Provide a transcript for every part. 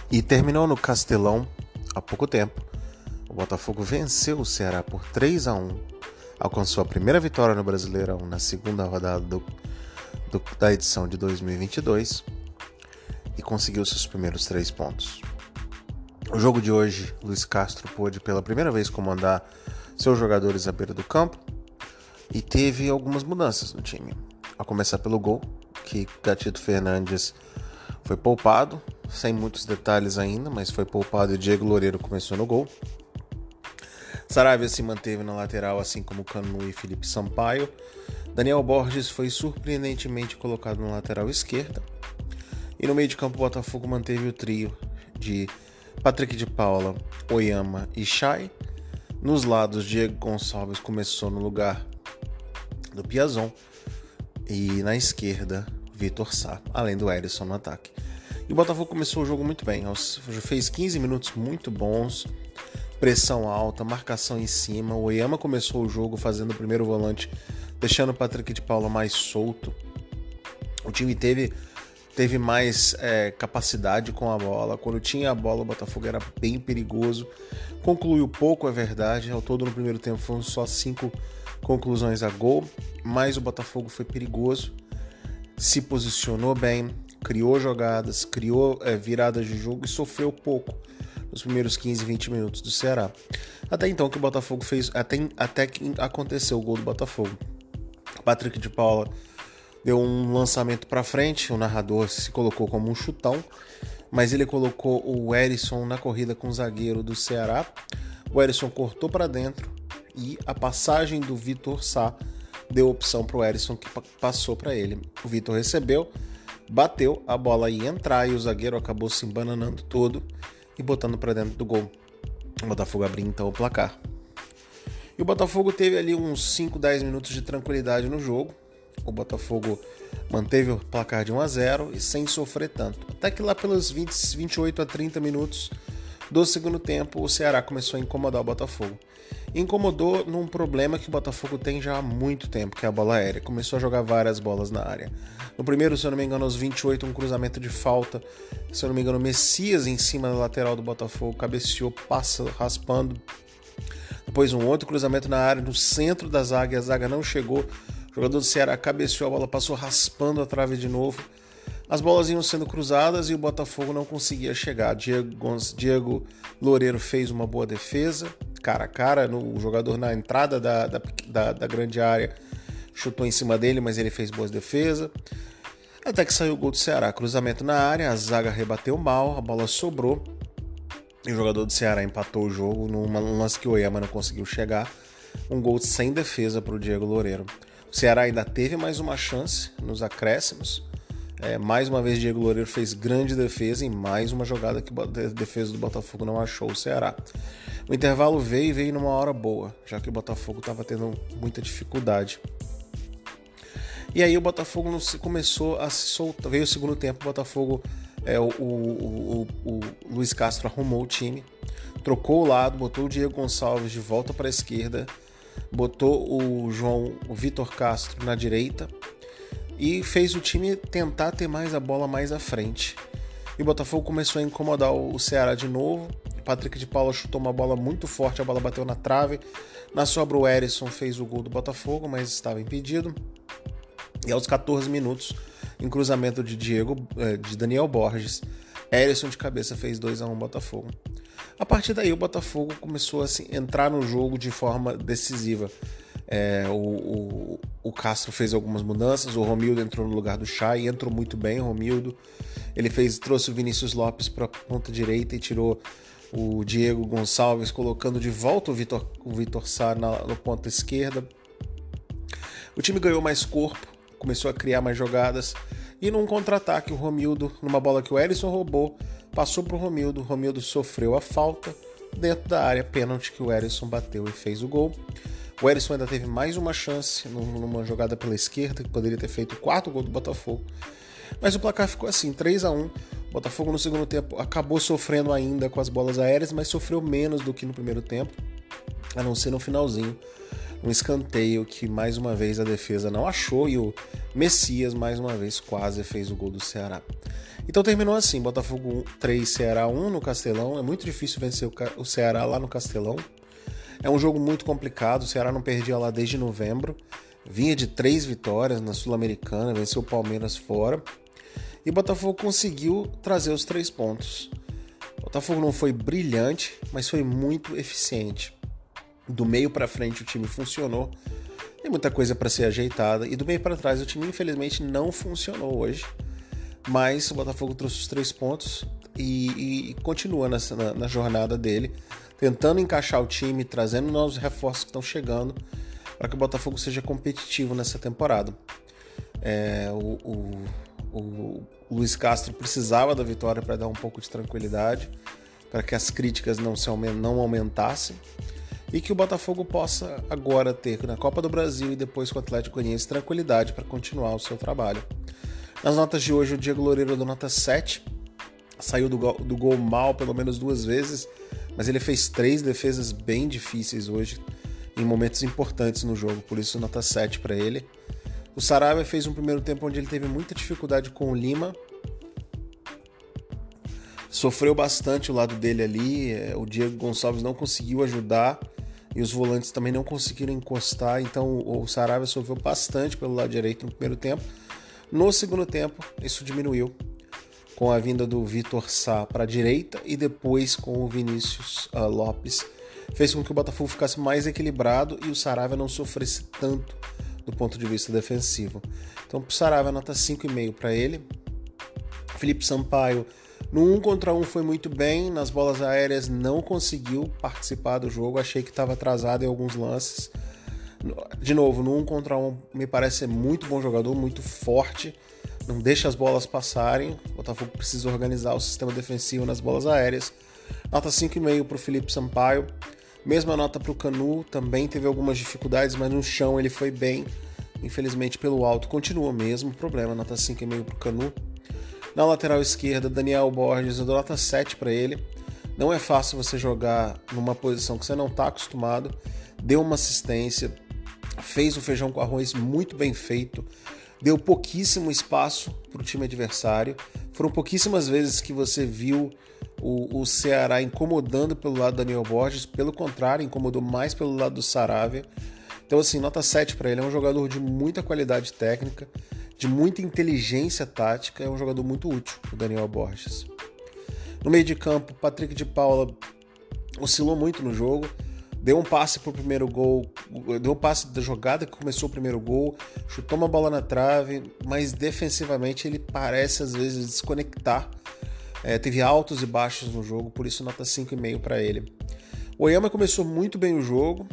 E terminou no Castelão há pouco tempo. O Botafogo venceu o Ceará por 3-1, alcançou a primeira vitória no Brasileirão na segunda rodada da edição de 2022 e conseguiu seus primeiros 3 pontos. O jogo de hoje, Luiz Castro pôde pela primeira vez comandar seus jogadores à beira do campo e teve algumas mudanças no time. A começar pelo gol, que Gatito Fernandes foi poupado, sem muitos detalhes ainda, mas foi poupado e Diego Loureiro começou no gol. Saravia se manteve na lateral, assim como Canu e Felipe Sampaio. Daniel Borges foi surpreendentemente colocado na lateral esquerda. E no meio de campo o Botafogo manteve o trio de Patrick de Paula, Oyama e Chay. Nos lados, Diego Gonçalves começou no lugar do Piazon. E na esquerda, Vitor Sá, além do Erisson no ataque. E o Botafogo começou o jogo muito bem, fez 15 minutos muito bons, pressão alta, marcação em cima. O Oyama começou o jogo fazendo o primeiro volante, deixando o Patrick de Paula mais solto. O time teve mais capacidade com a bola. Quando tinha a bola, o Botafogo era bem perigoso. Concluiu pouco, é verdade. Ao todo, no primeiro tempo, foram só 5 conclusões a gol, mas o Botafogo foi perigoso, se posicionou bem, criou jogadas, criou viradas de jogo e sofreu pouco nos primeiros 15, 20 minutos do Ceará. Até então que o Botafogo fez, até que aconteceu o gol do Botafogo. O Patrick de Paula deu um lançamento para frente, o narrador se colocou como um chutão, mas ele colocou o Erisson na corrida com o zagueiro do Ceará. O Erisson cortou para dentro e a passagem do Vitor Sá deu opção para o Erisson, que passou para ele. O Vitor recebeu, bateu, a bola ia entrar e o zagueiro acabou se embananando todo e botando para dentro do gol. O Botafogo abriu então o placar. E o Botafogo teve ali uns 5, 10 minutos de tranquilidade no jogo. O Botafogo manteve o placar de 1-0 e sem sofrer tanto. Até que lá pelos 28 a 30 minutos do segundo tempo, o Ceará começou a incomodar o Botafogo. Incomodou num problema que o Botafogo tem já há muito tempo, que é a bola aérea. Começou a jogar várias bolas na área. No primeiro, se eu não me engano, aos 28, um cruzamento de falta. Se eu não me engano, Messias em cima da lateral do Botafogo, cabeceou, passa, raspando. Depois um outro cruzamento na área, no centro da zaga, e a zaga não chegou. O jogador do Ceará cabeceou, a bola passou raspando a trave de novo. As bolas iam sendo cruzadas e o Botafogo não conseguia chegar. Diego Loureiro fez uma boa defesa, cara a cara, o jogador na entrada da grande área chutou em cima dele, mas ele fez boas defesas. Até que saiu o gol do Ceará, cruzamento na área, a zaga rebateu mal, a bola sobrou e o jogador do Ceará empatou o jogo num lance que o Oyama não conseguiu chegar. Um gol sem defesa para o Diego Loureiro. O Ceará ainda teve mais uma chance nos acréscimos. Mais uma vez, Diego Loureiro fez grande defesa em mais uma jogada que a defesa do Botafogo não achou o Ceará. O intervalo veio numa hora boa, já que o Botafogo estava tendo muita dificuldade. E aí o Botafogo começou a se soltar. Veio o segundo tempo, o Botafogo, o Luiz Castro arrumou o time, trocou o lado, botou o Diego Gonçalves de volta para a esquerda, botou o Vitor Castro na direita, e fez o time tentar ter mais a bola mais à frente. E o Botafogo começou a incomodar o Ceará de novo. O Patrick de Paula chutou uma bola muito forte, a bola bateu na trave. Na sobra, o Erisson fez o gol do Botafogo, mas estava impedido. E aos 14 minutos, em cruzamento de Daniel Borges, Erisson de cabeça fez 2-1 Botafogo. A partir daí, o Botafogo começou a entrar no jogo de forma decisiva. O Castro fez algumas mudanças, o Romildo entrou no lugar do Chay, entrou muito bem o Romildo. Ele trouxe o Vinícius Lopes para a ponta direita e tirou o Diego Gonçalves, colocando de volta o Vitor Sá na ponta esquerda. O time ganhou mais corpo, começou a criar mais jogadas e num contra-ataque o Romildo, numa bola que o Erisson roubou, passou para o Romildo sofreu a falta dentro da área, pênalti que o Erisson bateu e fez o gol. O Erisson ainda teve mais uma chance numa jogada pela esquerda, que poderia ter feito o 4º gol do Botafogo. Mas o placar ficou assim, 3-1. O Botafogo no segundo tempo acabou sofrendo ainda com as bolas aéreas, mas sofreu menos do que no primeiro tempo, a não ser no finalzinho. um escanteio que mais uma vez a defesa não achou e o Messias mais uma vez quase fez o gol do Ceará. Então terminou assim, Botafogo 3, Ceará 1 no Castelão. É muito difícil vencer o Ceará lá no Castelão. É um jogo muito complicado, o Ceará não perdia lá desde novembro. Vinha de 3 vitórias na Sul-Americana, venceu o Palmeiras fora. E o Botafogo conseguiu trazer os 3 pontos. O Botafogo não foi brilhante, mas foi muito eficiente. Do meio para frente o time funcionou. Tem muita coisa para ser ajeitada. E do meio para trás o time infelizmente não funcionou hoje. Mas o Botafogo trouxe os 3 pontos e continua na jornada dele, tentando encaixar o time, trazendo novos reforços que estão chegando para que o Botafogo seja competitivo nessa temporada. O Luiz Castro precisava da vitória para dar um pouco de tranquilidade, para que as críticas não aumentassem e que o Botafogo possa agora ter na Copa do Brasil e depois com o Atlético Goianiense tranquilidade para continuar o seu trabalho. Nas notas de hoje, o Diego Loureiro deu nota 7, saiu do gol mal pelo menos 2 vezes, mas ele fez 3 defesas bem difíceis hoje, em momentos importantes no jogo, por isso nota 7 para ele. O Saravia fez um primeiro tempo onde ele teve muita dificuldade com o Lima, sofreu bastante o lado dele ali, o Diego Gonçalves não conseguiu ajudar e os volantes também não conseguiram encostar, então o Saravia sofreu bastante pelo lado direito no primeiro tempo. No segundo tempo, isso diminuiu com a vinda do Vitor Sá para a direita e depois com o Vinícius Lopes. Fez com que o Botafogo ficasse mais equilibrado e o Saravia não sofresse tanto do ponto de vista defensivo. Então, para o Saravia, nota 5,5 para ele. Felipe Sampaio, no 1 contra 1 foi muito bem, nas bolas aéreas não conseguiu participar do jogo, achei que estava atrasado em alguns lances. De novo, no 1 contra 1 me parece ser muito bom jogador, muito forte, não deixa as bolas passarem. O Botafogo precisa organizar o sistema defensivo nas bolas aéreas. Nota 5,5 para o Felipe Sampaio. Mesma nota para o Canu, também teve algumas dificuldades, mas no chão ele foi bem. Infelizmente pelo alto continua o mesmo problema, nota 5,5 para o Canu. Na lateral esquerda, Daniel Borges, eu dou nota 7 para ele. Não é fácil você jogar numa posição que você não está acostumado. Deu uma assistência, fez o feijão com arroz muito bem feito, deu pouquíssimo espaço para o time adversário. Foram pouquíssimas vezes que você viu o Ceará incomodando pelo lado do Daniel Borges, pelo contrário, incomodou mais pelo lado do Saravia. Então, assim, nota 7 para ele. É um jogador de muita qualidade técnica, de muita inteligência tática, é um jogador muito útil, o Daniel Borges. No meio de campo, Patrick de Paula oscilou muito no jogo, deu um passe pro primeiro gol, deu um passe da jogada que começou o primeiro gol, chutou uma bola na trave, mas defensivamente ele parece às vezes desconectar. Teve altos e baixos no jogo, por isso nota 5,5 para ele. O Oyama começou muito bem o jogo,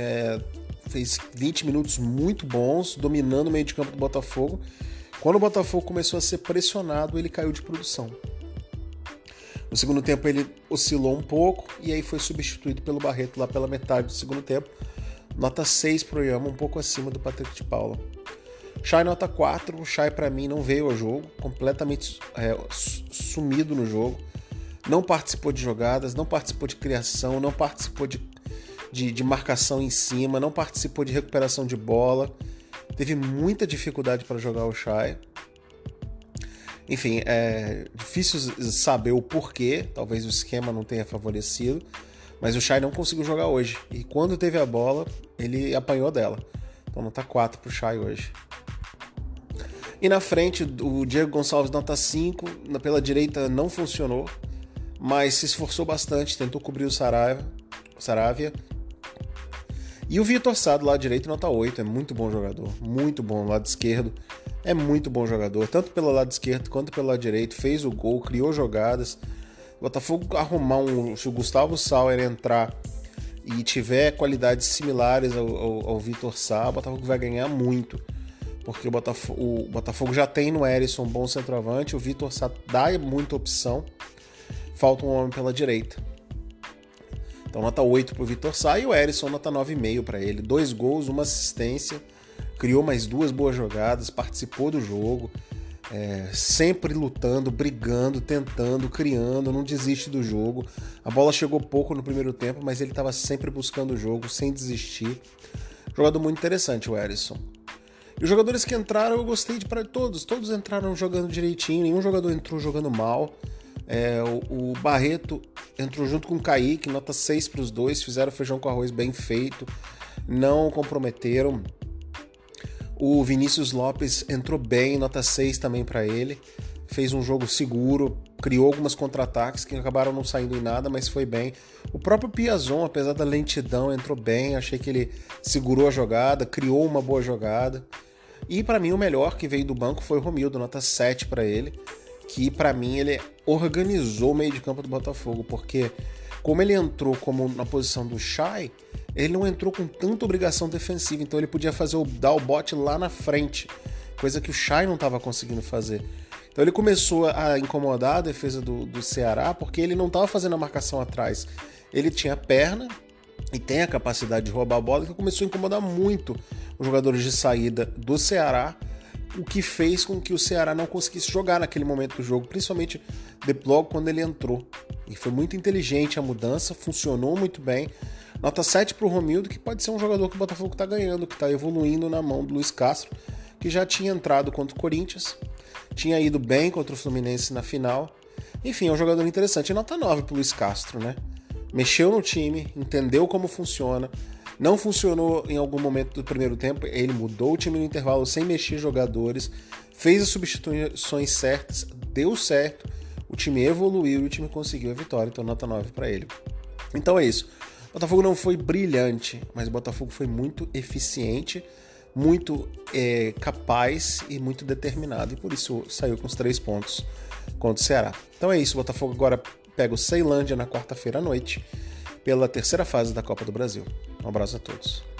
fez 20 minutos muito bons, dominando o meio de campo do Botafogo. Quando o Botafogo começou a ser pressionado, ele caiu de produção. No segundo tempo ele oscilou um pouco e aí foi substituído pelo Barreto lá pela metade do segundo tempo. Nota 6 para o Oyama, um pouco acima do Patrick de Paula. Chay nota 4, o Chay para mim não veio ao jogo, completamente sumido no jogo. Não participou de jogadas, não participou de criação, não participou de marcação em cima, não participou de recuperação de bola. Teve muita dificuldade para jogar o Chay. Enfim, é difícil saber o porquê, talvez o esquema não tenha favorecido, mas o Chay não conseguiu jogar hoje. E quando teve a bola, ele apanhou dela. Então nota 4 para o Chay hoje. E na frente, o Diego Gonçalves nota 5, pela direita não funcionou, mas se esforçou bastante, tentou cobrir o Saravia. E o Vitor Sá do lado direito nota 8, é muito bom jogador, muito bom. Lado esquerdo é muito bom jogador, tanto pelo lado esquerdo quanto pelo lado direito, fez o gol, criou jogadas. O Botafogo arrumar se o Gustavo Sauer entrar e tiver qualidades similares ao Vitor Sá, o Botafogo vai ganhar muito. Porque o Botafogo já tem no Herisson um bom centroavante, o Vitor Sá dá muita opção, falta um homem pela direita. Então nota 8 para o Vitor Sá e o Herisson nota 9,5 para ele. 2 gols, 1 assistência, criou mais 2 boas jogadas, participou do jogo, sempre lutando, brigando, tentando, criando, não desiste do jogo. A bola chegou pouco no primeiro tempo, mas ele estava sempre buscando o jogo, sem desistir. Jogador muito interessante, o Erisson. E os jogadores que entraram, eu gostei de para todos. Todos entraram jogando direitinho, nenhum jogador entrou jogando mal. O Barreto entrou junto com o Kaique, nota 6 para os dois, fizeram feijão com arroz bem feito, não comprometeram. O Vinícius Lopes entrou bem, nota 6 também para ele. Fez um jogo seguro, criou algumas contra-ataques que acabaram não saindo em nada, mas foi bem. O próprio Piazon, apesar da lentidão, entrou bem. Achei que ele segurou a jogada, criou uma boa jogada. E para mim o melhor que veio do banco foi o Romildo, nota 7 para ele, que para mim ele organizou o meio de campo do Botafogo, porque como ele entrou como na posição do Chay, ele não entrou com tanta obrigação defensiva, então ele podia dar o bote lá na frente, coisa que o Chay não estava conseguindo fazer. Então ele começou a incomodar a defesa do Ceará, porque ele não estava fazendo a marcação atrás. Ele tinha perna e tem a capacidade de roubar a bola, que começou a incomodar muito os jogadores de saída do Ceará, o que fez com que o Ceará não conseguisse jogar naquele momento do jogo, principalmente logo quando ele entrou. E foi muito inteligente a mudança, funcionou muito bem. Nota 7 para o Romildo, que pode ser um jogador que o Botafogo está ganhando, que está evoluindo na mão do Luiz Castro, que já tinha entrado contra o Corinthians, tinha ido bem contra o Fluminense na final. Enfim, é um jogador interessante. E nota 9 para o Luiz Castro, né? Mexeu no time, entendeu como funciona. Não funcionou em algum momento do primeiro tempo, ele mudou o time no intervalo sem mexer jogadores, fez as substituições certas, deu certo, o time evoluiu e o time conseguiu a vitória, então nota 9 para ele. Então é isso. O Botafogo não foi brilhante, mas o Botafogo foi muito eficiente, muito capaz e muito determinado, e por isso saiu com os 3 pontos contra o Ceará. Então é isso, o Botafogo agora pega o Ceilândia na quarta-feira à noite, pela terceira fase da Copa do Brasil. Um abraço a todos.